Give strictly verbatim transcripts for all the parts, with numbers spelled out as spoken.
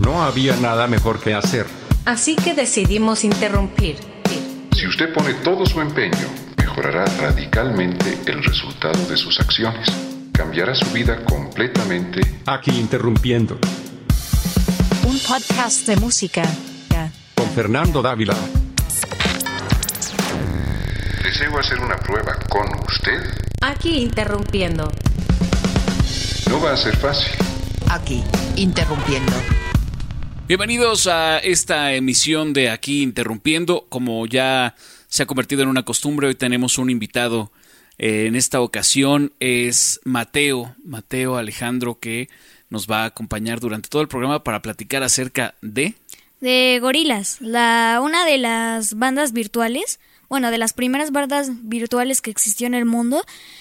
No había nada mejor que hacer. Así que decidimos interrumpir. Si usted pone todo su empeño, mejorará radicalmente el resultado de sus acciones. Cambiará su vida completamente. Aquí interrumpiendo. Un podcast de música. Con Fernando Dávila. Deseo hacer una prueba con usted. Aquí interrumpiendo. No va a ser fácil. Aquí interrumpiendo. Bienvenidos a esta emisión de Aquí Interrumpiendo. Como ya se ha convertido en una costumbre, hoy tenemos un invitado. Eh, en esta ocasión es Mateo, Mateo Alejandro, que nos va a acompañar durante todo el programa para platicar acerca de... De Gorillaz, la, una de las bandas virtuales, bueno, de las primeras bandas virtuales que existió en el mundo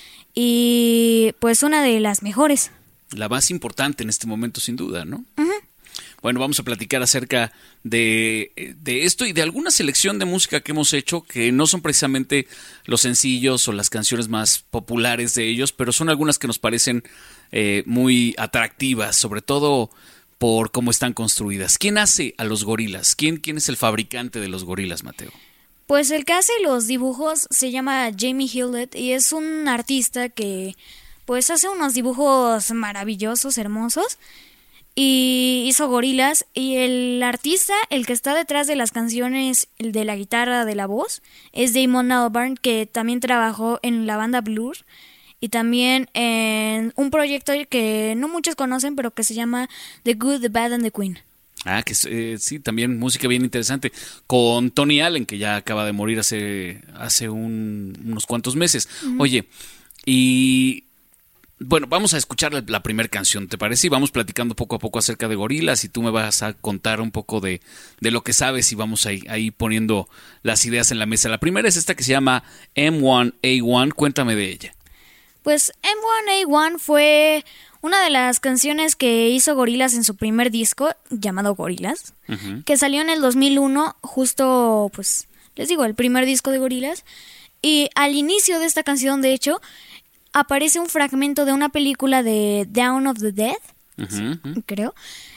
y pues una de las mejores. La más importante en este momento, sin duda, ¿no? Uh-huh. Bueno, vamos a platicar acerca de, de esto y de alguna selección de música que hemos hecho que no son precisamente los sencillos o las canciones más populares de ellos, pero son algunas que nos parecen eh, muy atractivas, sobre todo por cómo están construidas. ¿Quién hace a los Gorillaz? ¿Quién, quién es el fabricante de los Gorillaz, Mateo? Pues el que hace los dibujos se llama Jamie Hewlett y es un artista que pues hace unos dibujos maravillosos, hermosos. Y hizo Gorillaz, y el artista, el que está detrás de las canciones, el de la guitarra, de la voz, es Damon Albarn, que también trabajó en la banda Blur y también en un proyecto que no muchos conocen, pero que se llama The Good, The Bad and The Queen. Ah, que eh, sí, también música bien interesante, con Tony Allen, que ya acaba de morir hace, hace un, unos cuantos meses. Uh-huh. Oye, y... Bueno, vamos a escuchar la, la primera canción, ¿te parece? Y vamos platicando poco a poco acerca de Gorillaz y tú me vas a contar un poco de, de lo que sabes y vamos ahí, ahí poniendo las ideas en la mesa. La primera es esta que se llama M uno A uno, cuéntame de ella. Pues M uno A uno fue una de las canciones que hizo Gorillaz en su primer disco, llamado Gorillaz, uh-huh. que salió en el dos mil uno, justo, pues, les digo, el primer disco de Gorillaz. Y al inicio de esta canción, de hecho, aparece un fragmento de una película de Dawn of the Dead, uh-huh, uh-huh. creo,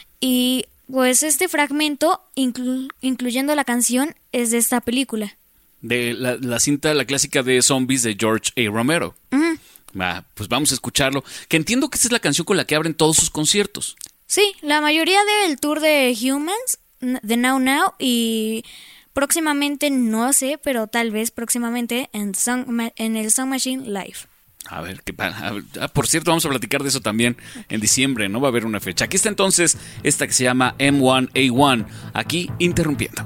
y pues este fragmento, inclu- incluyendo la canción, es de esta película. De la, la cinta, la clásica de zombies de George A. Romero. Uh-huh. Ah, pues vamos a escucharlo, que entiendo que esta es la canción con la que abren todos sus conciertos. Sí, la mayoría del tour de Humans, de Now Now, y próximamente, no sé, pero tal vez próximamente en, Song, en el Sound Machine Live. A ver, qué a ver, ah, por cierto, vamos a platicar de eso también en diciembre, ¿no? Va a haber una fecha. Aquí está entonces esta que se llama M uno A uno, aquí interrumpiendo.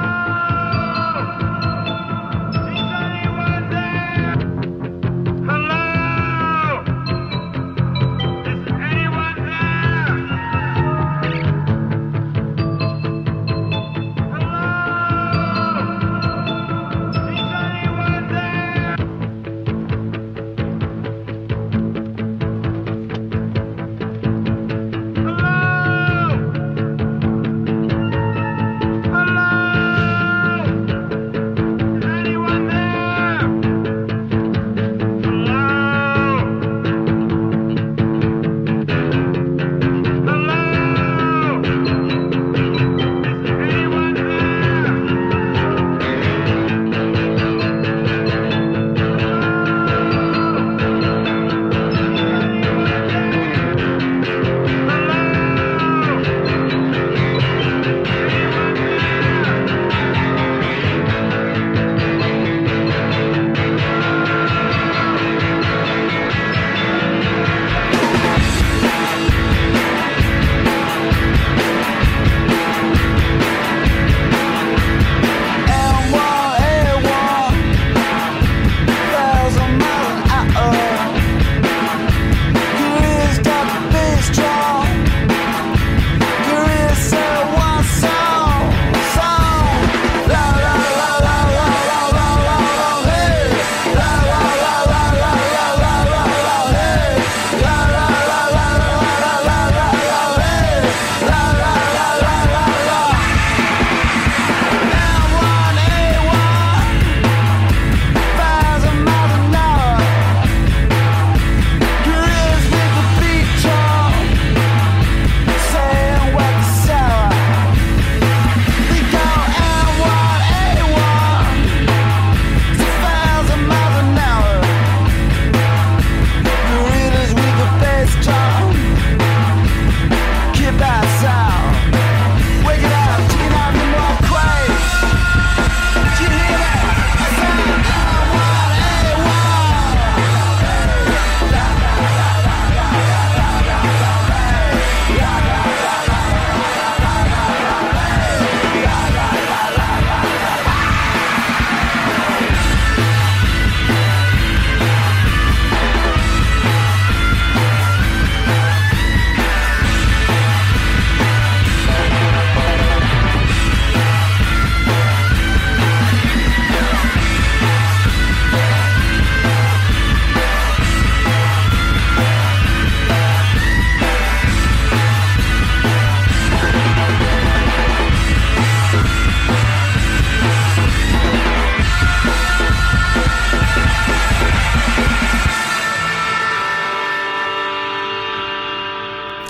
Hello?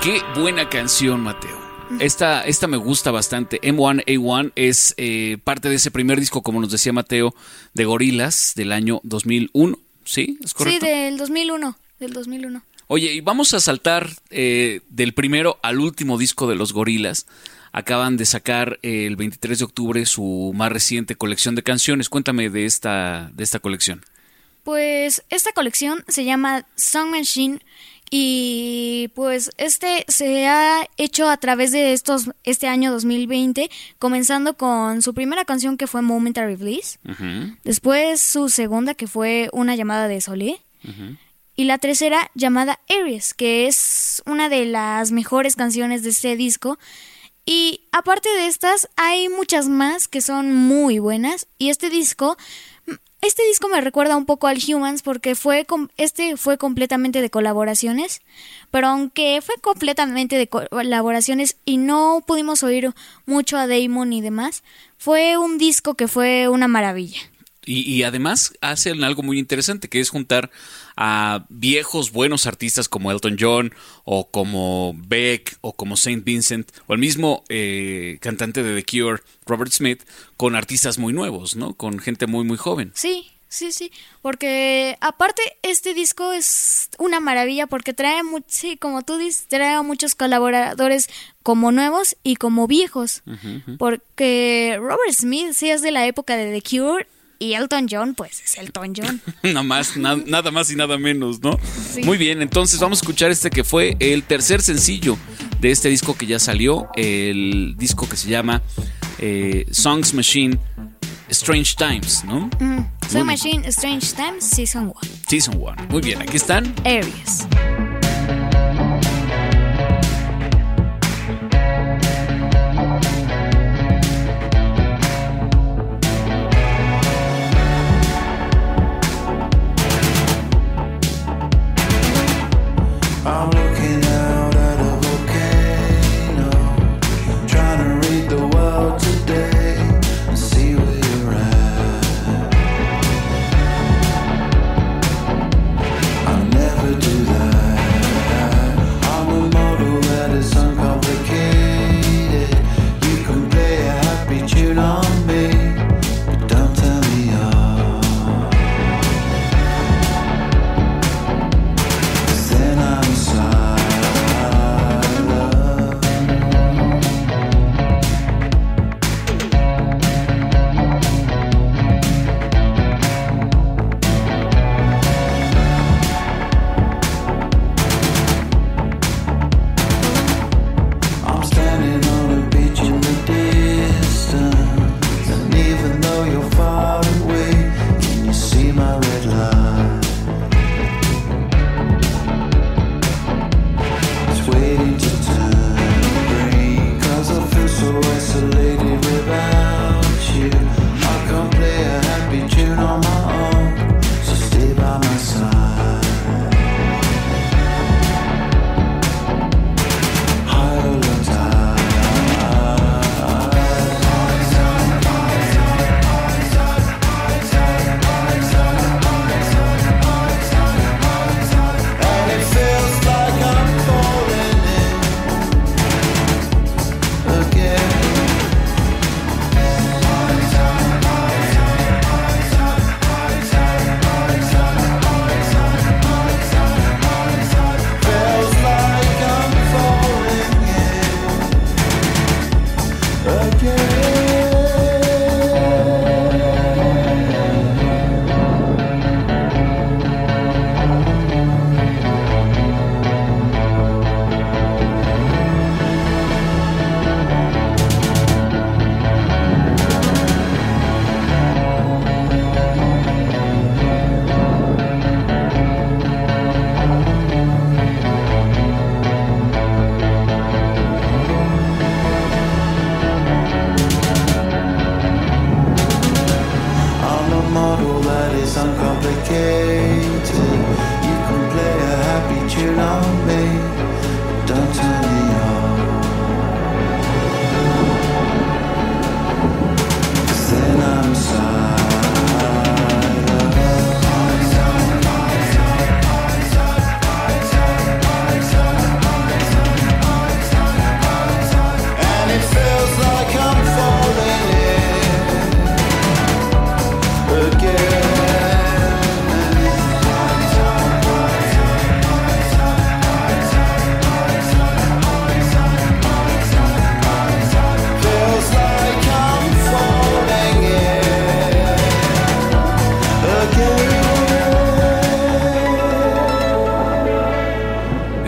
Qué buena canción, Mateo. Esta, esta me gusta bastante. eme uno A uno es eh, parte de ese primer disco, como nos decía Mateo, de Gorillaz del año dos mil uno. ¿Sí? ¿Es correcto? Sí, del dos mil uno. Del dos mil uno. Oye, y vamos a saltar eh, del primero al último disco de los Gorillaz. Acaban de sacar eh, el veintitrés de octubre su más reciente colección de canciones. Cuéntame de esta, de esta colección. Pues esta colección se llama Song Machine y pues este se ha hecho a través de estos este año dos mil veinte, comenzando con su primera canción que fue Momentary Bliss, uh-huh. Después su segunda que fue Una llamada de Solé, uh-huh. Y la tercera llamada Aries, que es una de las mejores canciones de este disco. Y aparte de estas hay muchas más que son muy buenas y este disco Este disco me recuerda un poco al Humans porque fue este fue completamente de colaboraciones, pero aunque fue completamente de colaboraciones y no pudimos oír mucho a Damon y demás, fue un disco que fue una maravilla. Y, y además hacen algo muy interesante, que es juntar a viejos buenos artistas como Elton John o como Beck o como Saint Vincent o el mismo eh, cantante de The Cure, Robert Smith, con artistas muy nuevos, ¿no? Con gente muy muy joven. Sí, sí, sí, porque aparte este disco es una maravilla porque trae, mu- sí, como tú dices, trae a muchos colaboradores como nuevos y como viejos, uh-huh, uh-huh. Porque Robert Smith sí es de la época de The Cure. Y Elton John, pues, es Elton John. nada más, na- nada más y nada menos, ¿no? Sí. Muy bien, entonces vamos a escuchar este que fue el tercer sencillo de este disco que ya salió. El disco que se llama eh, Songs Machine Strange Times, ¿no? Mm. Song Machine Strange Times Season uno. Season uno. Muy bien, aquí están. Aries. I'm looking out at a volcano, trying to read the world today and see where you're at. I'll never do that.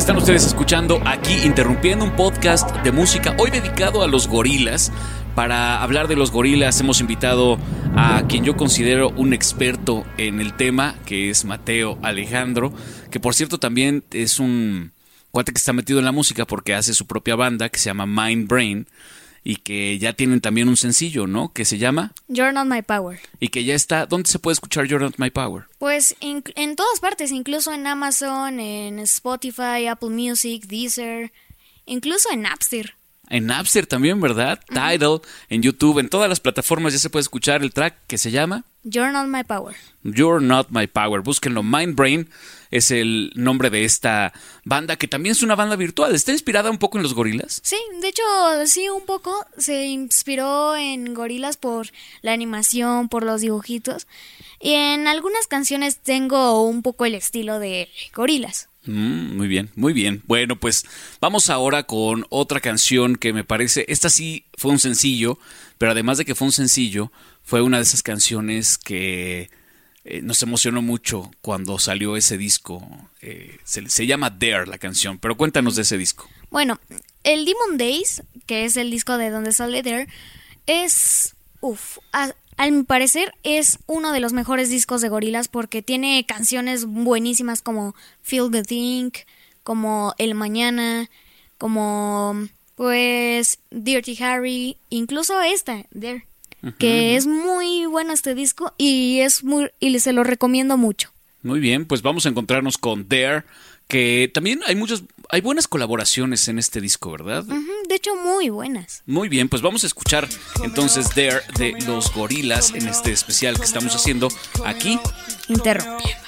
Están ustedes escuchando Aquí Interrumpiendo, un podcast de música hoy dedicado a los gorilas. Para hablar de los gorilas hemos invitado a quien yo considero un experto en el tema, que es Mateo Alejandro, que por cierto también es un cuate que está metido en la música porque hace su propia banda que se llama Mind Brain y que ya tienen también un sencillo, ¿no? Que se llama You're Not My Power. Y que ya está. ¿Dónde se puede escuchar You're Not My Power? Pues in- en todas partes, incluso en Amazon, en Spotify, Apple Music, Deezer, incluso en Napster. En Napster también, ¿verdad? Uh-huh. Tidal, en YouTube, en todas las plataformas ya se puede escuchar el track que se llama You're Not My Power. You're Not My Power. Búsquenlo. Mind Brain es el nombre de esta banda, que también es una banda virtual. ¿Está inspirada un poco en los gorilas? Sí, de hecho, sí, un poco. Se inspiró en gorilas por la animación, por los dibujitos. Y en algunas canciones tengo un poco el estilo de gorilas. Mm, muy bien, muy bien. Bueno, pues vamos ahora con otra canción que me parece, esta sí fue un sencillo, pero además de que fue un sencillo, fue una de esas canciones que eh, nos emocionó mucho cuando salió ese disco. Eh, se, se llama Dare la canción, pero cuéntanos de ese disco. Bueno, el Demon Days, que es el disco de donde sale Dare, es, uff, a, a mi parecer es uno de los mejores discos de gorilas porque tiene canciones buenísimas como Feel the Thing, como El Mañana, como pues Dirty Harry, incluso esta, Dare, uh-huh. que es muy bueno este disco y es muy y se lo recomiendo mucho. Muy bien, pues vamos a encontrarnos con Dare, que también hay muchas, hay buenas colaboraciones en este disco, ¿verdad? Uh-huh, de hecho, muy buenas. Muy bien, pues vamos a escuchar entonces Dare de los gorilas en este especial que estamos haciendo aquí Interrumpiendo.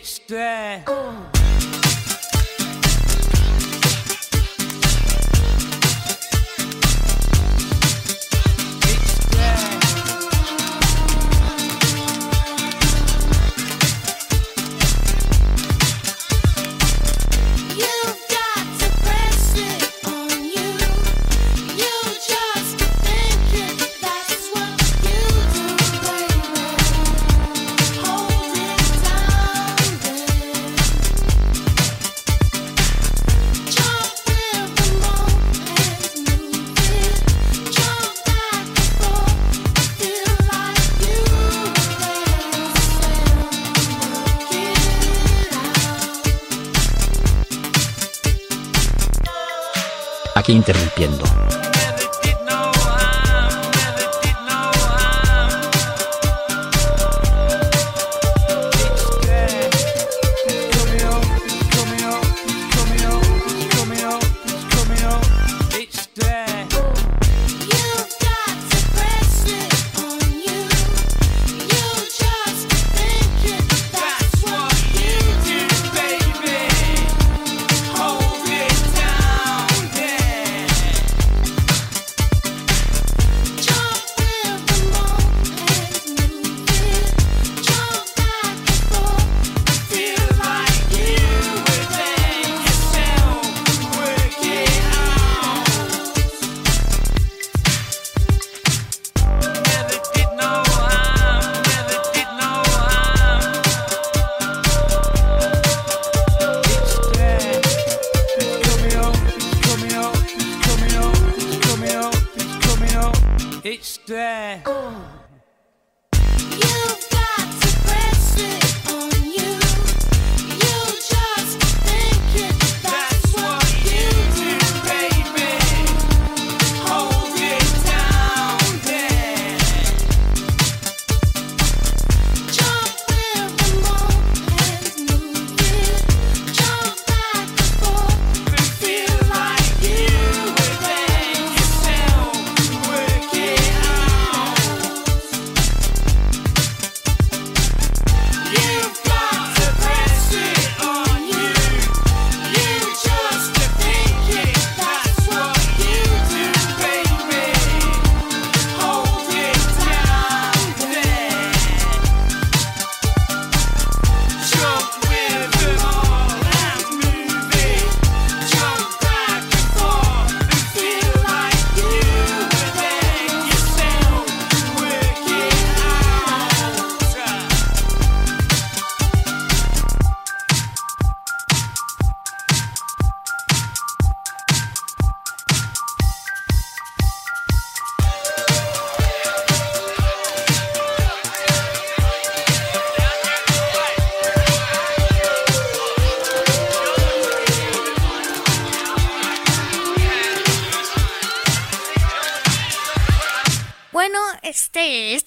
Aquí Interrumpiendo.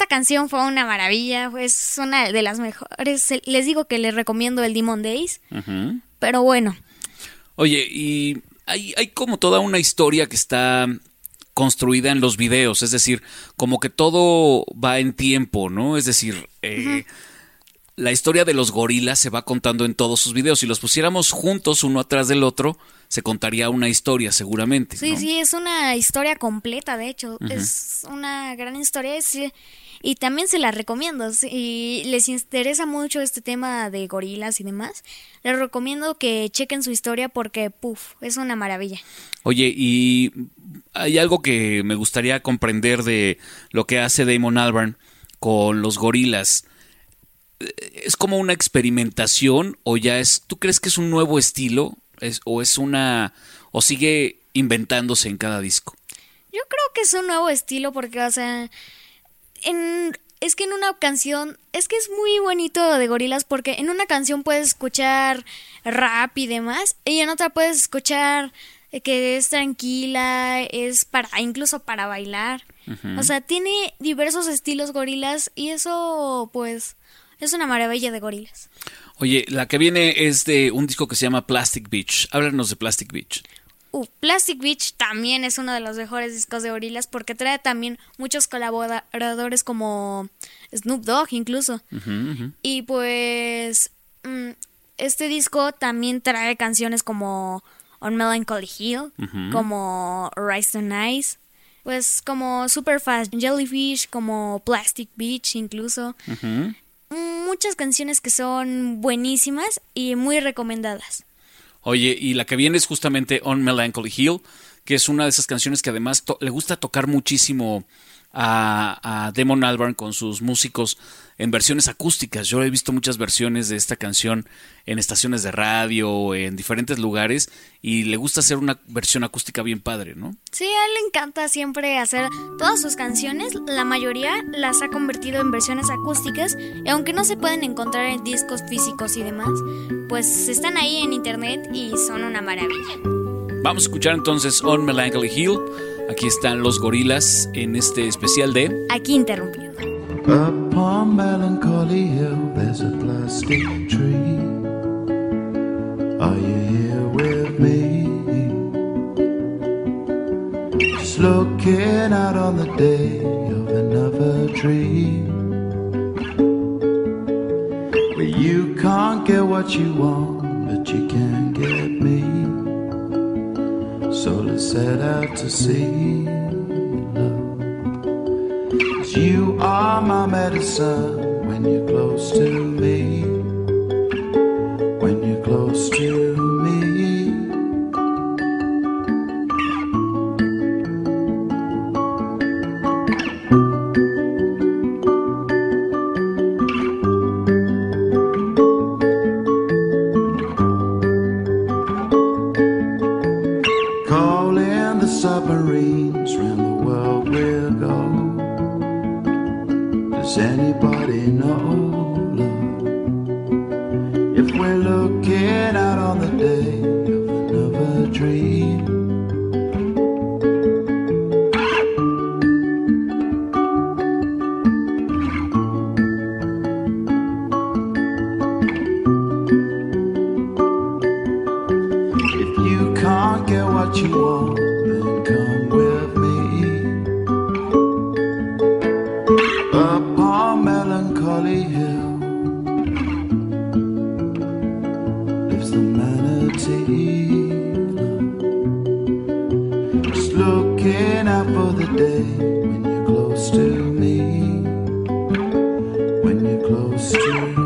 canción fue una maravilla, es una de las mejores. Les digo que les recomiendo el Demon Days, uh-huh. Pero bueno. Oye, y hay, hay como toda una historia que está construida en los videos, es decir, como que todo va en tiempo, ¿no? Es decir, eh, uh-huh. La historia de los gorilas se va contando en todos sus videos. Si los pusiéramos juntos uno atrás del otro, se contaría una historia seguramente. Sí, ¿no? sí, es una historia completa, de hecho. Uh-huh. Es una gran historia sí, y también se la recomiendo. Si les interesa mucho este tema de gorilas y demás, les recomiendo que chequen su historia porque, puf, es una maravilla. Oye, y hay algo que me gustaría comprender de lo que hace Damon Albarn con los gorilas. ¿Es como una experimentación o ya es, tú crees que es un nuevo estilo es, o es una o sigue inventándose en cada disco? Yo creo que es un nuevo estilo porque, o sea, en, es que en una canción, es que es muy bonito de gorilas porque en una canción puedes escuchar rap y demás y en otra puedes escuchar que es tranquila, es para incluso para bailar. Uh-huh. O sea, tiene diversos estilos gorilas y eso pues es una maravilla de gorilas. Oye, la que viene es de un disco que se llama Plastic Beach. Háblanos de Plastic Beach. Uh, Plastic Beach también es uno de los mejores discos de gorilas porque trae también muchos colaboradores como Snoop Dogg incluso. Uh-huh, uh-huh. Y pues mm, este disco también trae canciones como On Melancholy Hill, uh-huh. como Rise to Nice, pues como Superfast Jellyfish, como Plastic Beach incluso. Uh-huh. Muchas canciones que son buenísimas y muy recomendadas. Oye, y la que viene es justamente On Melancholy Hill, que es una de esas canciones que además to- le gusta tocar muchísimo a, a Damon Albarn con sus músicos en versiones acústicas. Yo he visto muchas versiones de esta canción en estaciones de radio, en diferentes lugares, y le gusta hacer una versión acústica bien padre, ¿no? Sí, a él le encanta siempre hacer todas sus canciones, la mayoría las ha convertido en versiones acústicas, y aunque no se pueden encontrar en discos físicos y demás, pues están ahí en internet y son una maravilla. Vamos a escuchar entonces On Melancholy Hill. Aquí están los gorilas en este especial de Aquí Interrumpiendo. Upon Melancholy Hill there's a plastic tree. Are you here with me? Just looking out on the day of another dream, where you can't get what you want, but you can get me. So let's set out to see love. 'Cause you are my medicine when you're close to me. When you're close to me. Submarines round the world we'll go. Does anybody know love? If we're looking out on the day of another dream, if you can't get what you want, come with me. Upon Melancholy Hill lives the manatee. Just looking out for the day when you're close to me. When you're close to me.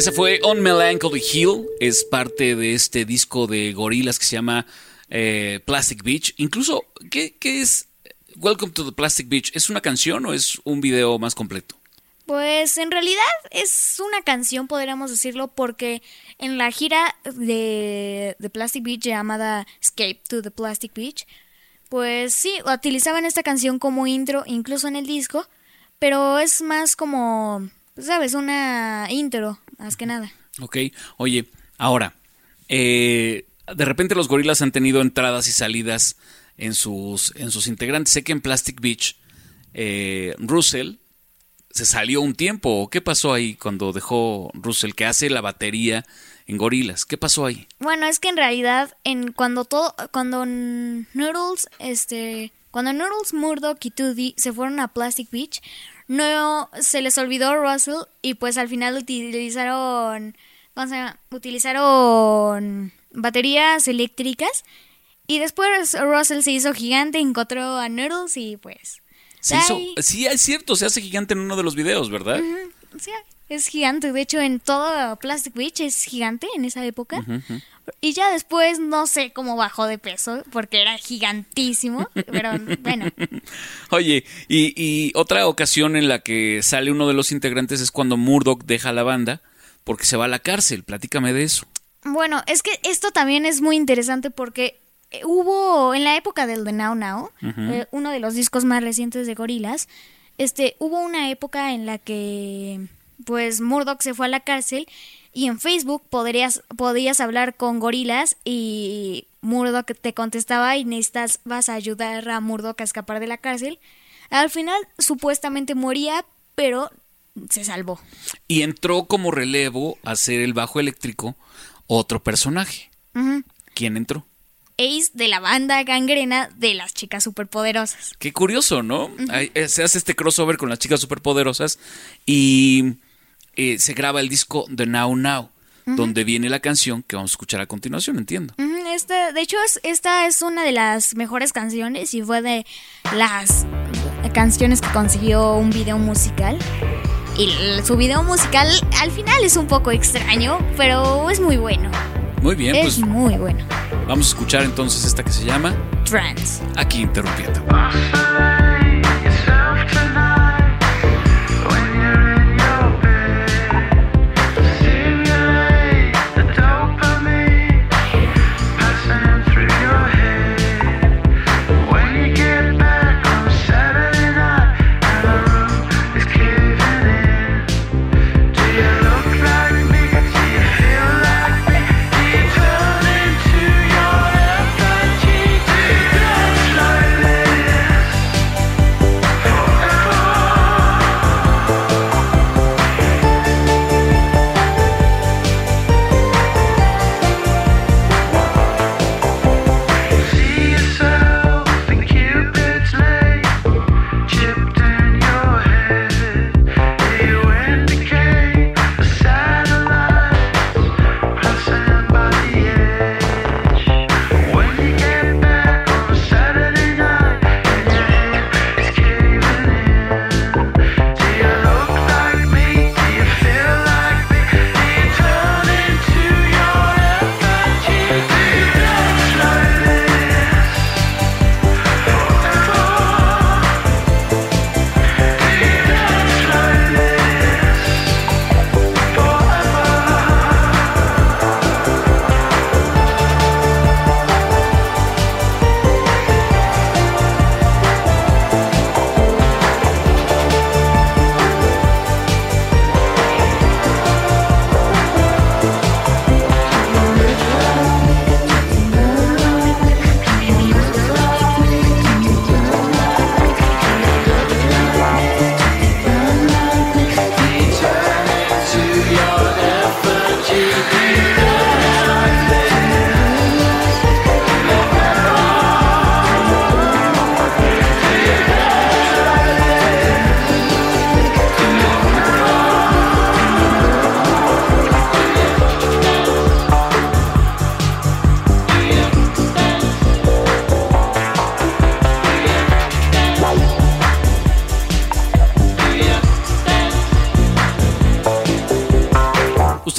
Esa fue On Melancholy Hill, es parte de este disco de Gorillaz que se llama eh, Plastic Beach. Incluso, ¿qué, ¿qué es Welcome to the Plastic Beach? ¿Es una canción o es un video más completo? Pues en realidad es una canción, podríamos decirlo, porque en la gira de, de Plastic Beach llamada Escape to the Plastic Beach, pues sí, utilizaban esta canción como intro, incluso en el disco, pero es más como, ¿sabes? Una intro, más que nada. Ok, oye, ahora, eh, de repente los Gorillaz han tenido entradas y salidas en sus, en sus integrantes. Sé que en Plastic Beach, eh, Russell se salió un tiempo. ¿Qué pasó ahí cuando dejó Russell, que hace la batería en Gorillaz? ¿Qué pasó ahí? Bueno, es que en realidad en cuando todo cuando Noodles este cuando Noodles, Murdoch y Toody se fueron a Plastic Beach, no se les olvidó Russell y pues al final utilizaron ¿cómo se llama? utilizaron baterías eléctricas y después Russell se hizo gigante, encontró a Noodles y pues Se hizo, sí, es cierto, se hace gigante en uno de los videos, ¿verdad? Uh-huh. Sí, es gigante. De hecho, en todo Plastic Beach es gigante en esa época. Uh-huh. Y ya después no sé cómo bajó de peso, porque era gigantísimo. Pero bueno. Oye, y, y otra ocasión en la que sale uno de los integrantes es cuando Murdoch deja la banda porque se va a la cárcel. Platícame de eso. Bueno, es que esto también es muy interesante porque hubo, en la época del The Now Now, uh-huh. eh, uno de los discos más recientes de Gorillaz, este, hubo una época en la que, pues, Murdoch se fue a la cárcel y en Facebook podrías, podías hablar con Gorillaz y Murdoch te contestaba y necesitas, vas a ayudar a Murdoch a escapar de la cárcel. Al final, supuestamente moría, pero se salvó. Y entró como relevo a hacer el bajo eléctrico otro personaje. Uh-huh. ¿Quién entró? Ace de la banda Gangrena de las Chicas Superpoderosas. Qué curioso, ¿no? Uh-huh. Hay, se hace este crossover con las Chicas Superpoderosas y eh, se graba el disco The Now Now, uh-huh. donde viene la canción que vamos a escuchar a continuación, entiendo. Uh-huh. Esta, de hecho, es, esta es una de las mejores canciones y fue de las canciones que consiguió un video musical. Y su video musical al final es un poco extraño, pero es muy bueno. Muy bien, es pues muy bueno. Vamos a escuchar entonces esta que se llama Trance. Aquí interrumpiendo.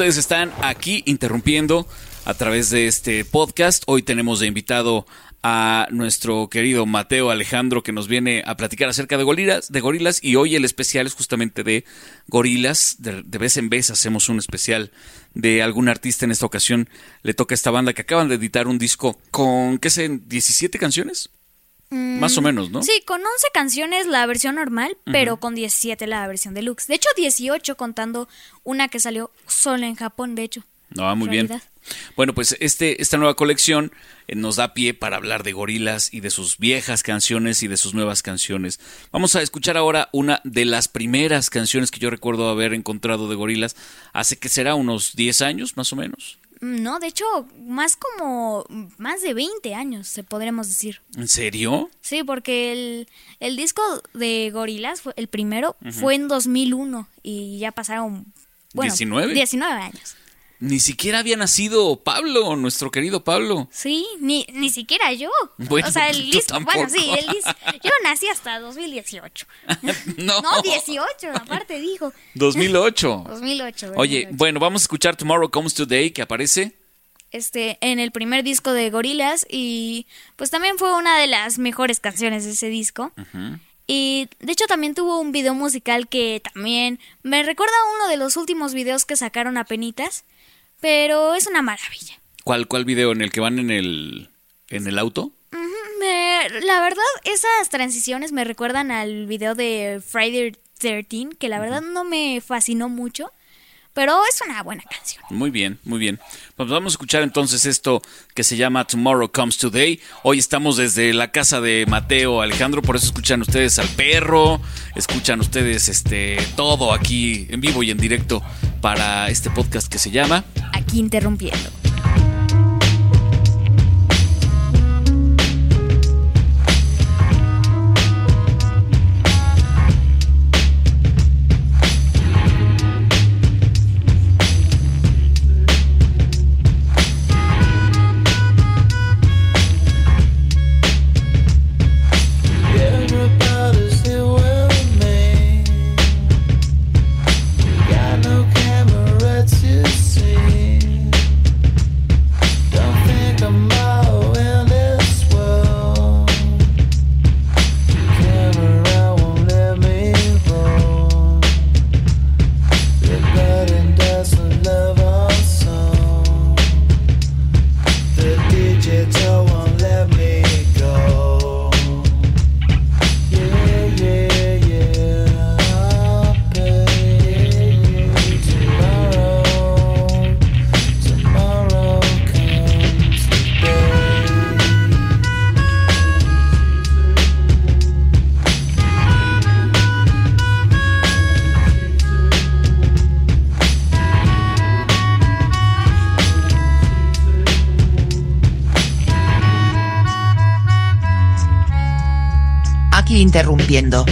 Ustedes están aquí interrumpiendo a través de este podcast. Hoy tenemos de invitado a nuestro querido Mateo Alejandro, que nos viene a platicar acerca de gorilas, de gorilas, y hoy el especial es justamente de gorilas. De, de vez en vez hacemos un especial de algún artista. En esta ocasión le toca a esta banda que acaban de editar un disco con, ¿qué sé? ¿diecisiete canciones? Mm, Más o menos, ¿no? Sí, con once canciones la versión normal, uh-huh. pero con diecisiete la versión deluxe. De hecho, dieciocho contando una que salió solo en Japón, de hecho. Ah, muy bien. Bueno, pues este, esta nueva colección eh, nos da pie para hablar de gorilas y de sus viejas canciones y de sus nuevas canciones. Vamos a escuchar ahora una de las primeras canciones que yo recuerdo haber encontrado de gorilas hace que será unos diez años, más o menos. No, de hecho, más como más de veinte años, se podríamos decir. ¿En serio? Sí, porque el, el disco de Gorilas, fue, el primero, uh-huh. fue en dos mil uno y ya pasaron, bueno, ¿diecinueve? diecinueve años. Ni siquiera había nacido Pablo, nuestro querido Pablo. Sí, ni, ni siquiera yo. Bueno, o sea, el tú disco, tampoco. Bueno, sí, el disco, yo nací hasta dos mil dieciocho. No. No, dieciocho, aparte dijo. dos mil ocho. dos mil ocho. Oye, bueno, vamos a escuchar Tomorrow Comes Today, que aparece este en el primer disco de Gorilas, y pues también fue una de las mejores canciones de ese disco. Uh-huh. Y de hecho también tuvo un video musical que también me recuerda a uno de los últimos videos que sacaron apenitas. Pero es una maravilla. ¿Cuál, cuál video? ¿En el que van en el, en el auto? Uh-huh. Me, la verdad, esas transiciones me recuerdan al video de Friday trece, que la verdad uh-huh. no me fascinó mucho, pero es una buena canción. Muy bien, muy bien. Pues vamos a escuchar entonces esto que se llama Tomorrow Comes Today. Hoy estamos desde la casa de Mateo Alejandro, por eso escuchan ustedes al perro, escuchan ustedes este todo aquí en vivo y en directo para este podcast que se llama Aquí Interrumpiendo. Interrumpiendo.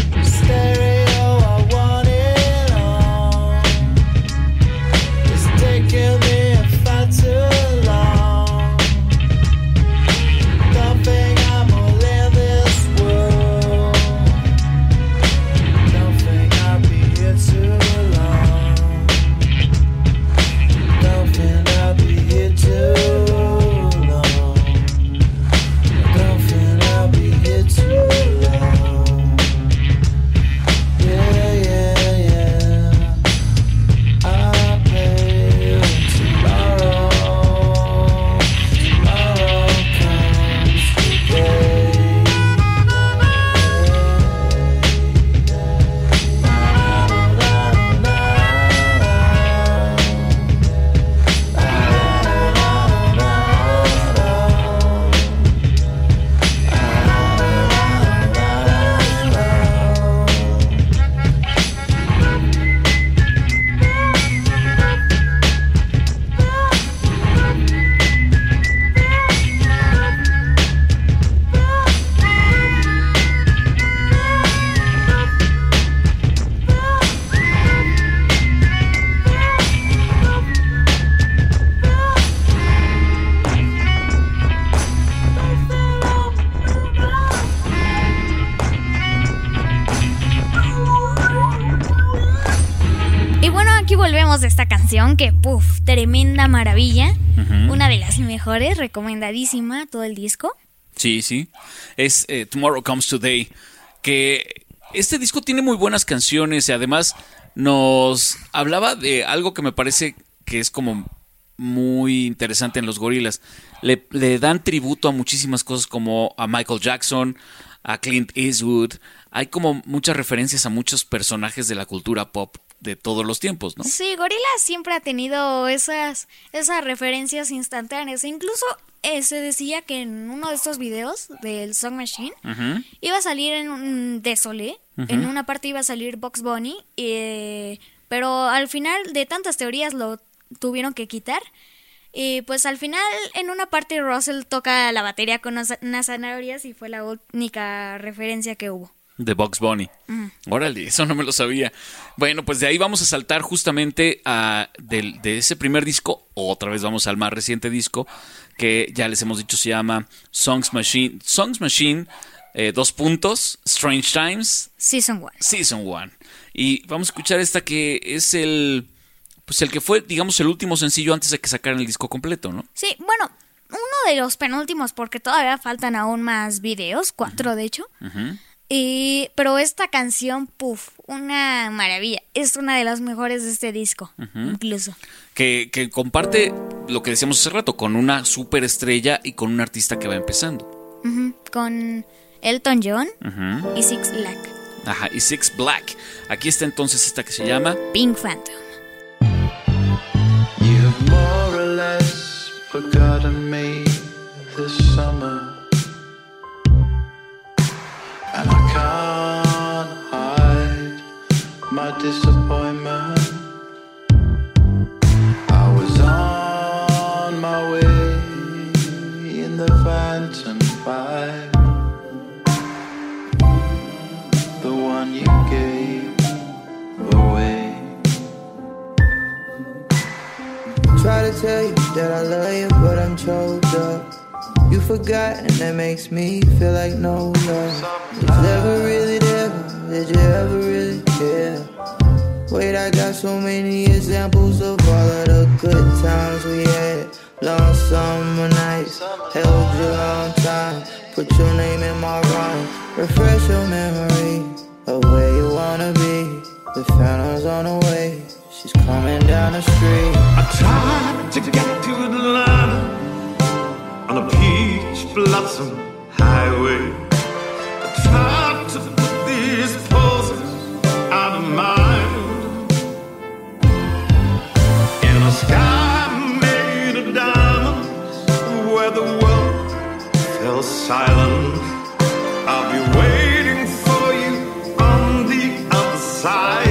aquí volvemos a esta canción que, puf, tremenda maravilla. Uh-huh. Una de las mejores, recomendadísima, todo el disco. Sí, sí. Es eh, Tomorrow Comes Today, que este disco tiene muy buenas canciones y además nos hablaba de algo que me parece que es como muy interesante en los Gorillaz. Le, le dan tributo a muchísimas cosas como a Michael Jackson, a Clint Eastwood. Hay como muchas referencias a muchos personajes de la cultura pop de todos los tiempos, ¿no? Sí, Gorillaz siempre ha tenido esas, esas referencias instantáneas. Incluso eh, se decía que en uno de estos videos del Song Machine uh-huh. iba a salir en un Desolé. Uh-huh. En una parte iba a salir Bugs Bunny, eh, pero al final de tantas teorías lo tuvieron que quitar. Y pues al final en una parte Russell toca la batería con unas zanahorias y fue la única referencia que hubo. De Bugs Bunny. Uh-huh. Órale, eso no me lo sabía. Bueno, pues de ahí vamos a saltar justamente a de, de ese primer disco. Otra vez vamos al más reciente disco, que ya les hemos dicho se llama Songs Machine. Songs Machine, eh, dos puntos, Strange Times. Season one. Season one. Y vamos a escuchar esta que es el... Pues el que fue, digamos, el último sencillo antes de que sacaran el disco completo, ¿no? Sí, bueno, uno de los penúltimos, porque todavía faltan aún más videos, cuatro uh-huh. de hecho. Uh-huh. Y, pero esta canción, puff, una maravilla. Es una de las mejores de este disco, uh-huh. incluso. Que, que comparte lo que decíamos hace rato, con una superestrella y con un artista que va empezando. Uh-huh. Con Elton John uh-huh. y Six Black. Ajá, y Six Black. Aquí está entonces esta que se llama Pink Phantom. You've more or less forgotten me this summer, and I can't hide my disappointment. I was on my way in the Phantom five, the one you gave away. Try to tell you that I love you, but I'm choked up. You forgot, and that makes me feel like no love. Did you ever really there? Did you ever really care? Wait, I got so many examples of all of the good times we had. Long summer nights, held you a long time. Put your name in my rhyme. Refresh your memory of where you wanna be. The phantom's on the way. She's coming down the street. I tried to get to Atlanta on a peach blossom highway. I tried to put these poses out of mind in a sky made of diamonds where the world fell silent. I'll be waiting for you on the other side.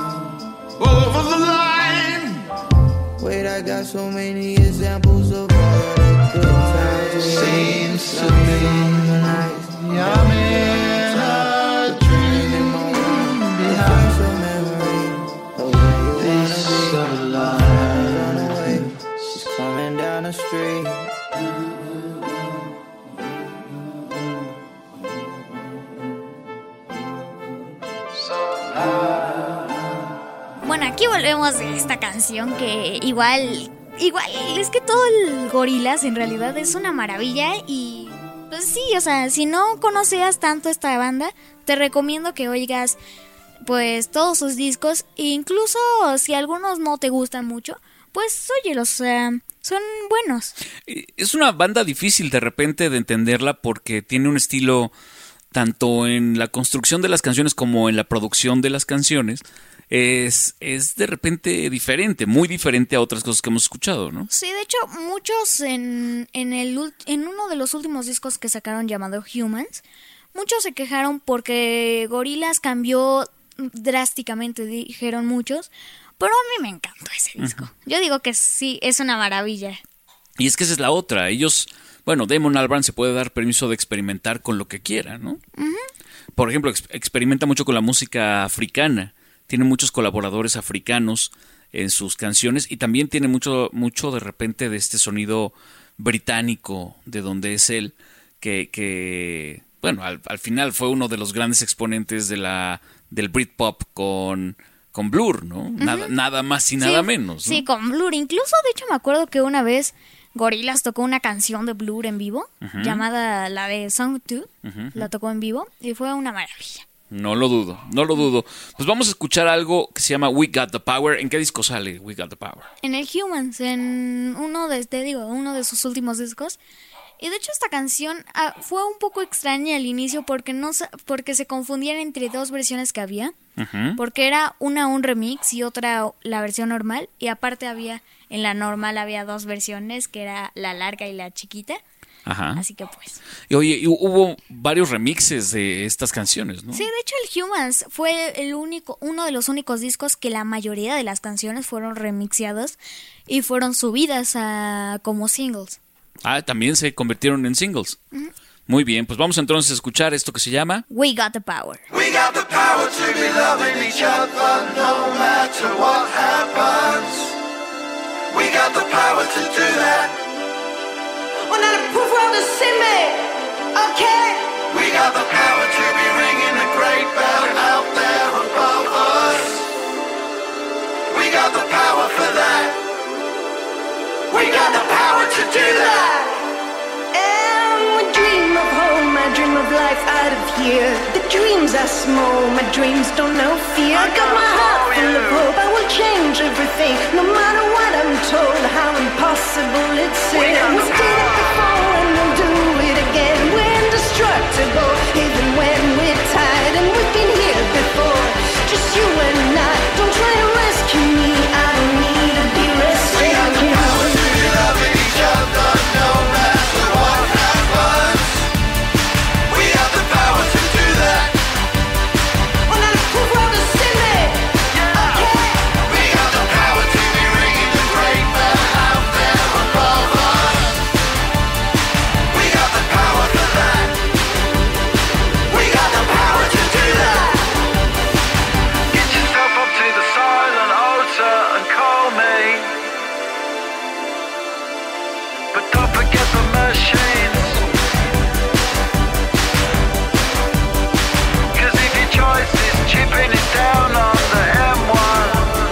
Wait, I got so many examples of all seems to me I'm in a dream behind these other lines. She's coming down the street. Bueno, aquí volvemos de esta canción que igual, igual, es que todo el Gorillaz en realidad es una maravilla y pues sí, o sea, si no conocías tanto esta banda, te recomiendo que oigas pues todos sus discos e incluso si algunos no te gustan mucho, pues óyelos, o sea, son buenos. Es una banda difícil de repente de entenderla porque tiene un estilo tanto en la construcción de las canciones como en la producción de las canciones. Es, es de repente diferente, muy diferente a otras cosas que hemos escuchado, ¿no? Sí, de hecho, muchos en, en, el, en uno de los últimos discos que sacaron llamado Humans, muchos se quejaron porque Gorillaz cambió drásticamente, dijeron muchos, pero a mí me encantó ese disco. Uh-huh. Yo digo que sí, es una maravilla. Y es que esa es la otra, ellos, bueno, Damon Albarn se puede dar permiso de experimentar con lo que quiera, ¿no? Uh-huh. Por ejemplo, ex- experimenta mucho con la música africana. Tiene muchos colaboradores africanos en sus canciones y también tiene mucho, mucho de repente de este sonido británico de donde es él, que, que bueno, al, al final fue uno de los grandes exponentes de la del Britpop con, con Blur, ¿no? Uh-huh. Nada, nada más y nada sí, menos, ¿no? Sí, con Blur. Incluso, de hecho, me acuerdo que una vez Gorillaz tocó una canción de Blur en vivo, uh-huh. llamada la de Song dos, uh-huh. la tocó en vivo y fue una maravilla. No lo dudo, no lo dudo. Pues vamos a escuchar algo que se llama We Got the Power. ¿En qué disco sale We Got the Power? En el Humans, en uno de, te digo, uno de sus últimos discos. Y de hecho esta canción ah, fue un poco extraña al inicio porque no porque se confundían entre dos versiones que había. Uh-huh. Porque era una un remix y otra la versión normal. Y aparte había, en la normal había dos versiones, que era la larga y la chiquita. Ajá. Así que pues. Y oye, hubo varios remixes de estas canciones, ¿no? Sí, de hecho el Humans fue el único, uno de los únicos discos que la mayoría de las canciones fueron remixeadas y fueron subidas a como singles. Ah, también se convirtieron en singles. Uh-huh. Muy bien, pues vamos entonces a escuchar esto que se llama We Got the Power. We got the power to be loving each other no matter what happens. We got the power to do that. On a le pouvoir de s'aimer, ok? We got the power to be ringing the great bell out there above us. We got the power for that. We got the power to do that. And we dream of home, I dream of life out of here. The dreams are small, my dreams don't know fear. I got my heart full of hope, I will change everything. No matter what I'm told, how impossible it seems. We did it before and we'll do it again. We're indestructible, even when we're tired. And we've been here before, just you and I. Don't try to rescue me, I don't need to be rescued. We got the power to be loving each other no matter what happens. We got the power to do that. On a le pouvoir de s'aimer, ok? We got the power to be ringing the great bell out there above us. We got the power for that. We got the power to do that. Get yourself up to the silent altar and call me. But don't forget the machines. 'Cause if your choice is chipping it down on the M one,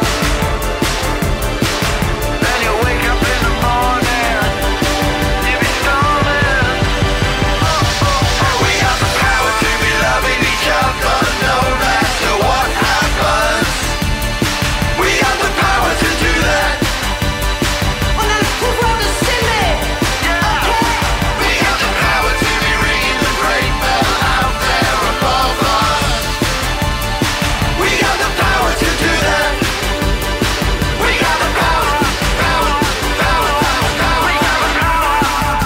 then you'll wake up in the morning, you'll be stoned. Oh, oh, oh. We got the power to be loving each other no matter what happens. We got the power to do that. On a le pouvoir de s'aimer, ok? We got the power to be ringing the great bell out there above us. We got the power to do that. We got the power, power, power, power, power. We got the power.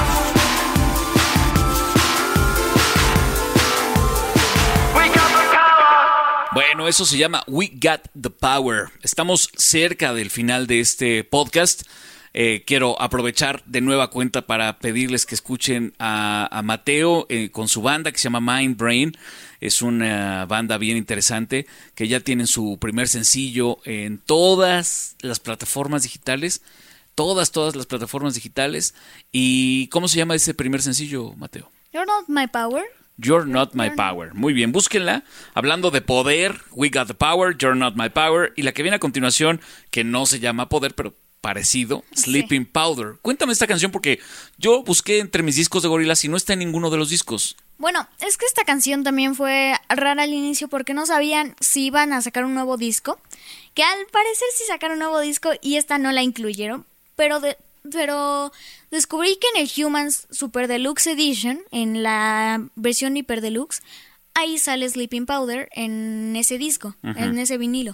We got the power. Bueno, eso se llama We Got the Power. Estamos cerca del final de este podcast. Eh, quiero aprovechar de nueva cuenta para pedirles que escuchen a, a Mateo eh, con su banda que se llama Mind Brain. Es una banda bien interesante que ya tienen su primer sencillo en todas las plataformas digitales. Todas, todas las plataformas digitales. ¿Y cómo se llama ese primer sencillo, Mateo? You're Not My Power. You're Not My Power. Muy bien, búsquenla. Hablando de poder, We Got the Power, You're Not My Power. Y la que viene a continuación, que no se llama Poder, pero parecido, Sleeping sí. Powder. Cuéntame esta canción porque yo busqué entre mis discos de Gorillaz y no está en ninguno de los discos. Bueno, es que esta canción también fue rara al inicio porque no sabían si iban a sacar un nuevo disco. Que al parecer sí sacaron un nuevo disco y esta no la incluyeron. Pero de... Pero descubrí que en el Humans Super Deluxe Edition, en la versión Hyper Deluxe, ahí sale Sleeping Powder en ese disco, uh-huh. en ese vinilo.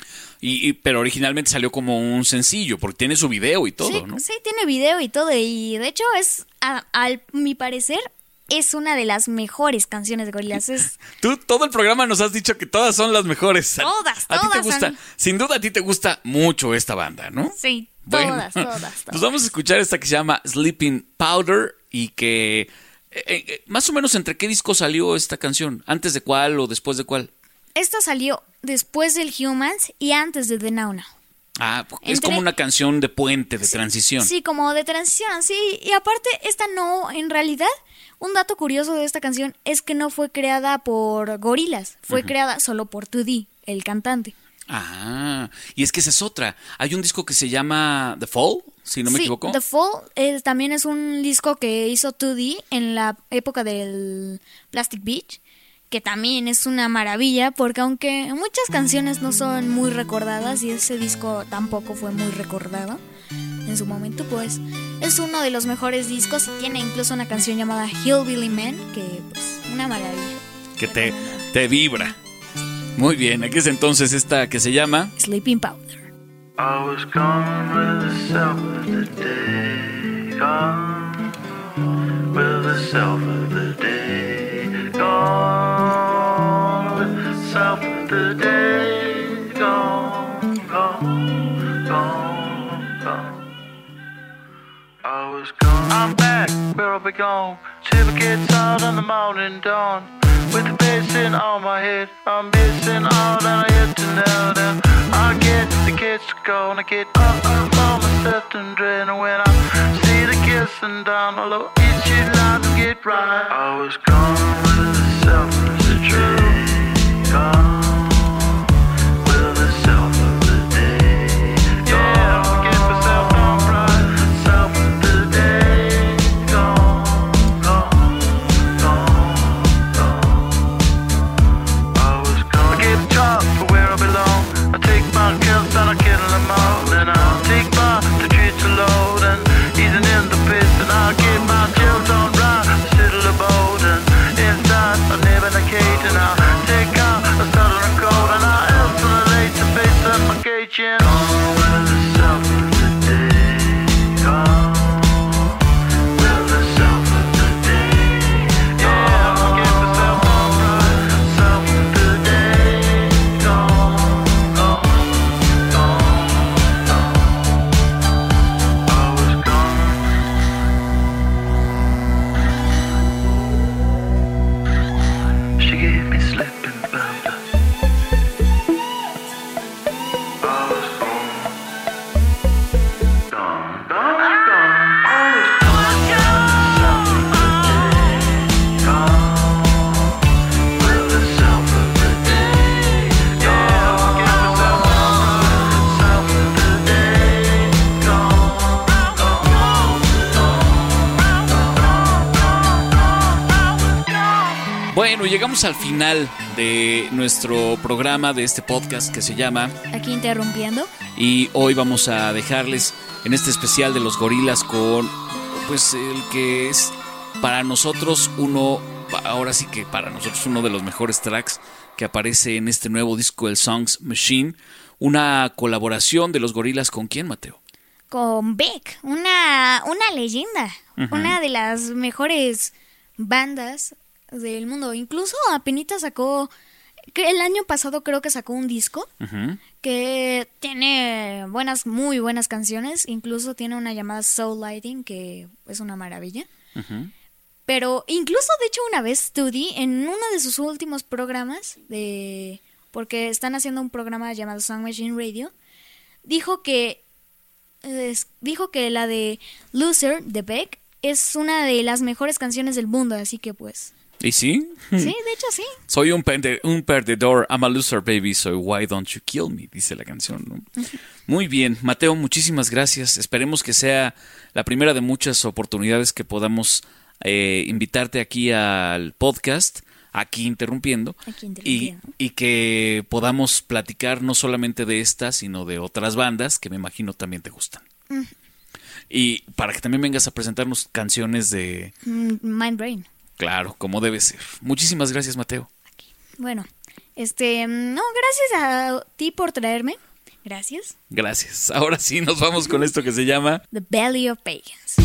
Y, y pero originalmente salió como un sencillo, porque tiene su video y todo, sí, ¿no? Sí, tiene video y todo, y de hecho es, a, a mi parecer, es una de las mejores canciones de Gorillaz. Es... Tú todo el programa nos has dicho que todas son las mejores. Todas, a, a todas. ti te gusta, son... sin duda a ti te gusta mucho esta banda, ¿no? Sí. Bueno, todas, todas, todas. Pues vamos a escuchar esta que se llama Sleeping Powder y que eh, eh, más o menos entre qué disco salió esta canción, antes de cuál o después de cuál. Esta salió después del Humans y antes de The Now Now. Ah, entre... es como una canción de puente, de sí, transición. Sí, como de transición, sí. Y aparte, esta no, en realidad, un dato curioso de esta canción es que no fue creada por Gorillaz, fue uh-huh. creada solo por two D, el cantante. Ah, y es que esa es otra. Hay un disco que se llama The Fall, si no me sí, equivoco. The Fall eh, también es un disco que hizo two D en la época del Plastic Beach, que también es una maravilla, porque aunque muchas canciones no son muy recordadas y ese disco tampoco fue muy recordado en su momento, pues es uno de los mejores discos y tiene incluso una canción llamada Hillbilly Man, que pues una maravilla. Que te, te vibra. Muy bien, aquí es entonces esta que se llama Sleeping Powder. I was gone with the self of the day, gone with the self of the day, gone with the self of the day, gone, gone, gone, gone. I was gone. I'm back where I belong. Till it gets out in the morning dawn. With the bass in on my head, I'm missing all that I had to know. Now I get the kids to go and I get up, up on myself and dread. And when I see the kissing down the low, it's you like to get right. I was gone with the self of the day, gone with the self of the day. Yeah, I'll get myself on right, self of the day, gone, gone, gone, gone. Get drunk for where I belong. I take my kills and I kill them all. Then I'll take my the treats to load and easing in the pits. And I'll get my chills on right, settle the boat. And inside I live in a cage. And I'll take out a southern coat. And I'll isolate the face of my cage. And gone with the self of the day. Gone with the self of the day. Yeah, I'll get myself on right. Self of the day. Gone, gone, gone, gone. I was gone. She gave me sleeping powder. I was gone, gone, gone, gone. I was gone. With the self of the day. Yeah, I'll get myself on right. Self of the day. Gone, gone, gone. Bueno, llegamos al final de nuestro programa, de este podcast que se llama Aquí interrumpiendo. Y hoy vamos a dejarles en este especial de los Gorillaz con pues el que es para nosotros uno, ahora sí que para nosotros uno de los mejores tracks que aparece en este nuevo disco, el Songs Machine, una colaboración de los Gorillaz. ¿Con quién, Mateo? Con Beck, una, una leyenda, Ujú. una de las mejores bandas del mundo. Incluso apenas sacó que el año pasado creo que sacó un disco uh-huh. que tiene buenas, muy buenas canciones. Incluso tiene una llamada Soul Lighting, que es una maravilla. Uh-huh. Pero incluso, de hecho, una vez Studi, en uno de sus últimos programas, de porque están haciendo un programa llamado Song Machine Radio, dijo que eh, dijo que la de Loser de Beck es una de las mejores canciones del mundo, así que pues... ¿Y sí? Sí, de hecho sí. Soy un, perde, un perdedor, I'm a loser baby, so why don't you kill me, dice la canción, ¿no? Uh-huh. Muy bien, Mateo, muchísimas gracias. Esperemos que sea la primera de muchas oportunidades que podamos eh, invitarte aquí al podcast, aquí interrumpiendo, aquí interrumpiendo. Y, y que podamos platicar no solamente de esta, sino de otras bandas que me imagino también te gustan. Uh-huh. Y para que también vengas a presentarnos canciones de... Mind Brain. Claro, como debe ser. Muchísimas gracias, Mateo. Aquí. Bueno, este, no, gracias a ti por traerme. Gracias. Gracias. Ahora sí nos vamos con esto que se llama The Belly of Pagans.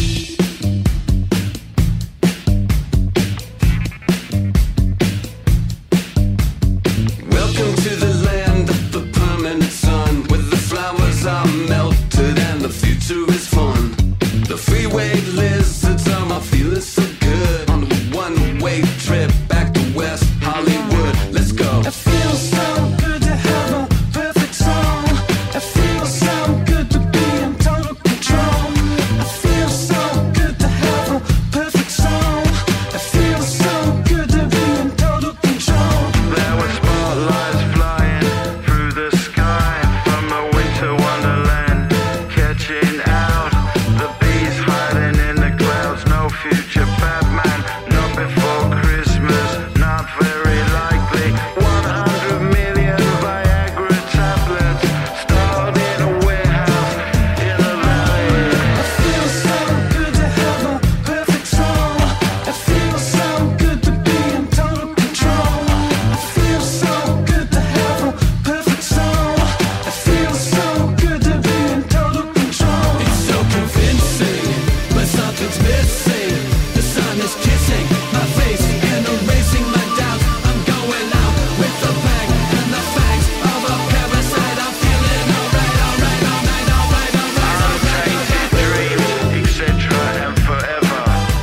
Welcome to the land of the permanent sun, where the flowers are melted and the future is fun. The freeway lizards are my feeling so good on a one-way trip back to West Hollywood. Let's go. It feels so good to have a perfect song. It feels so good to be in total control. It feels so good to have a perfect song. It feels so good to be in total control. There were spotlights flying through the sky from a winter wonderland, catching out the bees hiding in the clouds. No future Batman, not before Christmas, not very likely. One hundred million Viagra tablets stored in a warehouse in the valley. It feels so good to have a perfect song. It feels so good to be in total control. It feels so good to have a perfect song. It feels so good to be in total control. It's so convincing, but something's missing. The sun is kissing my face and erasing my doubts. I'm going out with the bang and the fangs of a parasite. I'm feeling alright, alright, alright, alright, alright, alright. Untainted dream, et cetera and forever.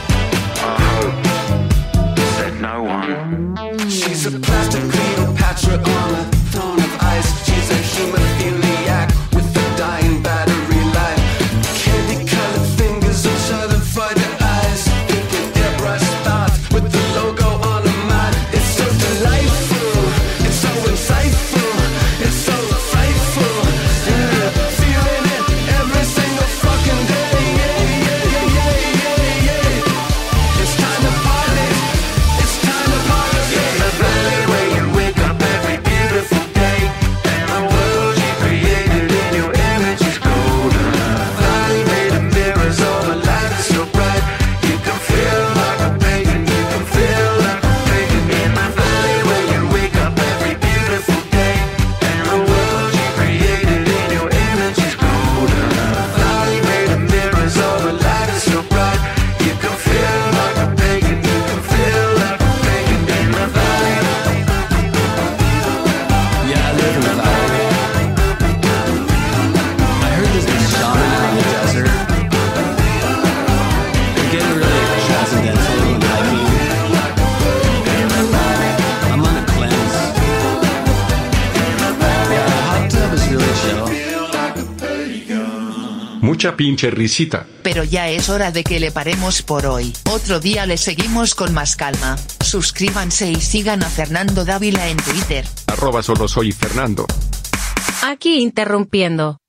I hope, said no one. She's a plastic Cleopatra on a throne of ice. She's a hemophiliac with a dying battery life. Candy-colored fingers on schadenfreude eyes. Thinking airbrush thoughts with the logo on her mind. It's so delightful, it's so insightful, it's so frightful. Yeah, feeling it every single fucking day. Yeah, yeah, yeah, yeah, yeah, yeah. It's time to party, it's time to party. In the valley where you wake up every beautiful day, and the world you created in your image is golden. Valley made of mirrors, all the light is so bright. You can feel like a pagan, you can feel like a pagan. In the valley where you wake up every beautiful day, and the world you created in your image is golden. Valley made of mirrors, all the light is so bright. You can feel like a pagan, you can feel like a pagan in the valley. Yeah, I live in the valley. I heard there's this shaman in the desert. I'm getting really transcendental and hiking. I'm on a cleanse. Yeah, a hot tub is really chill. Mucha pinche risita. Pero ya es hora de que le paremos por hoy. Otro día le seguimos con más calma. Suscríbanse y sigan a Fernando Dávila en Twitter. Arroba solo soy Fernando. Aquí interrumpiendo.